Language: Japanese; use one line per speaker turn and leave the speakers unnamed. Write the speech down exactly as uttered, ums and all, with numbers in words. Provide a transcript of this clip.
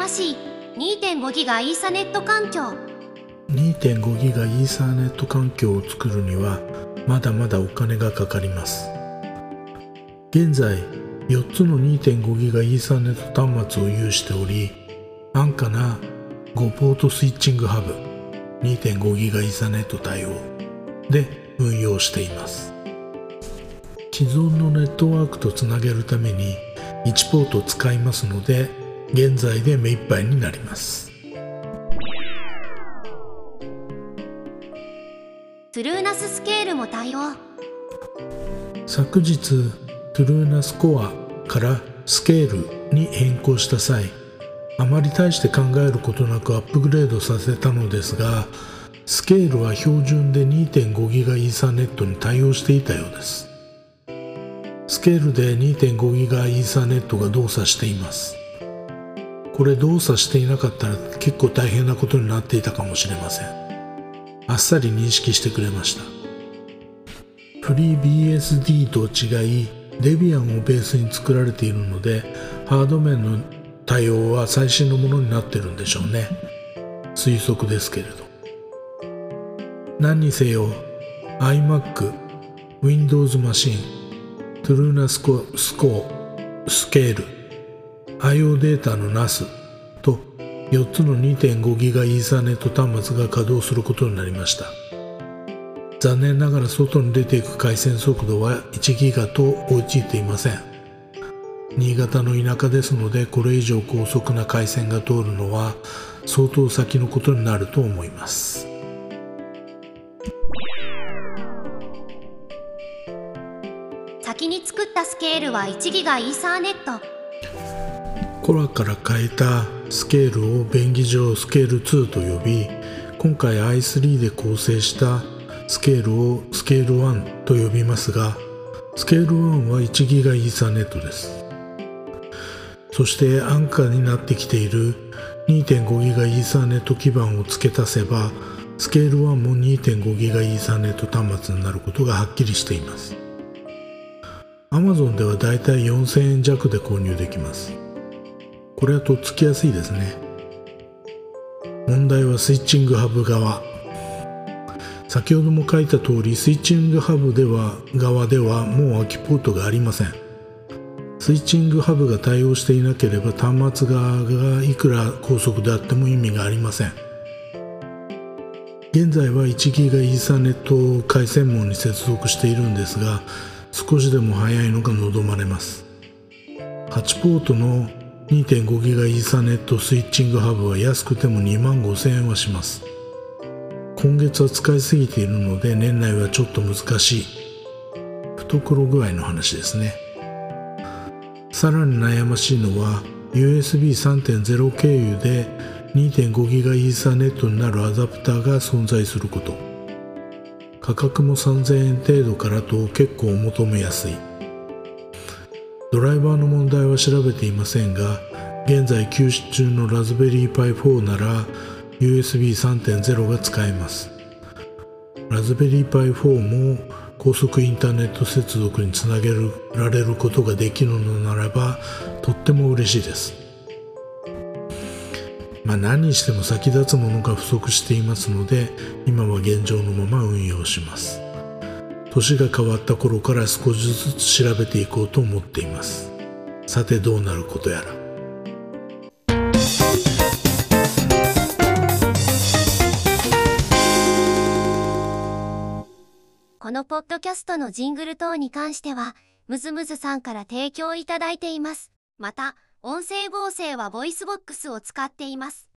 しい にてんごギガ イーサネット環境。
にてんごギガ イーサネット環境を作るにはまだまだお金がかかります。現在よっつの にてんごギガ イーサネット端末を有しており、安価なごポートスイッチングハブ にてんごギガ イーサネット対応で運用しています。既存のネットワークとつなげるためにいちポート使いますので、現在で目いっぱいになります。
トゥルーナススケールも対応。
昨日トゥルーナスコアからスケールに変更した際、あまり大して考えることなくアップグレードさせたのですが、スケールは標準で にてんごギガ イーサネットに対応していたようです。スケールで にてんごギガ イーサネットが動作しています。これ動作していなかったら結構大変なことになっていたかもしれません。あっさり認識してくれました。フリー ビーエスディー と違い、デビアンをベースに作られているので、ハード面の対応は最新のものになっているんでしょうね。推測ですけれど。何にせよ iMac、Windows マシン、トゥルーナスコ、スコー、スケール、アイオー データの ナス とよっつの にてんごギガ イーサネット端末が稼働することになりました。残念ながら外に出ていく回線速度はいちギガと追いついていません。新潟の田舎ですので、これ以上高速な回線が通るのは相当先のことになると思います。
先に作ったスケールはいちギガ イーサーネット。
コラから変えたスケールを便宜上スケールツーと呼び、今回 アイスリー で構成したスケールをスケールワンと呼びますが、スケールワンはいちギガ イーサネットです。そして安価になってきている にてんごギガ イーサネット基盤を付け足せば、スケールワンも にてんごギガ イーサネット端末になることがはっきりしています。Amazon ではだいたいよんせんえん弱で購入できます。これはとっつきやすいですね。問題はスイッチングハブ側。先ほども書いた通り、スイッチングハブでは側ではもう空きポートがありません。スイッチングハブが対応していなければ端末側がいくら高速であっても意味がありません。現在はいちギガ イーサネット回線網に接続しているんですが、少しでも早いのが望まれます。はちポートの にてんごギガ イーサネットスイッチングハブは安くてもにまんごせんえんはします。今月は使いすぎているので年内はちょっと難しい懐具合の話ですね。さらに悩ましいのは ユーエスビーさんてんゼロ 経由で にてんごギガ イーサネットになるアダプターが存在すること。価格もさんぜんえん程度からと結構求めやすい。ドライバーの問題は調べていませんが、現在休止中のラズベリーパイフォーなら ユーエスビーさんてんゼロ が使えます。ラズベリーパイフォーも高速インターネット接続につなげられることができるのならばとっても嬉しいです。まあ何にしても先立つものが不足していますので、今は現状のまま運用します。年が変わった頃から少しずつ調べていこうと思っています。さてどうなることやら。
このポッドキャストのジングル等に関しては、ムズムズさんから提供いただいています。また、音声合成はボイスボックスを使っています。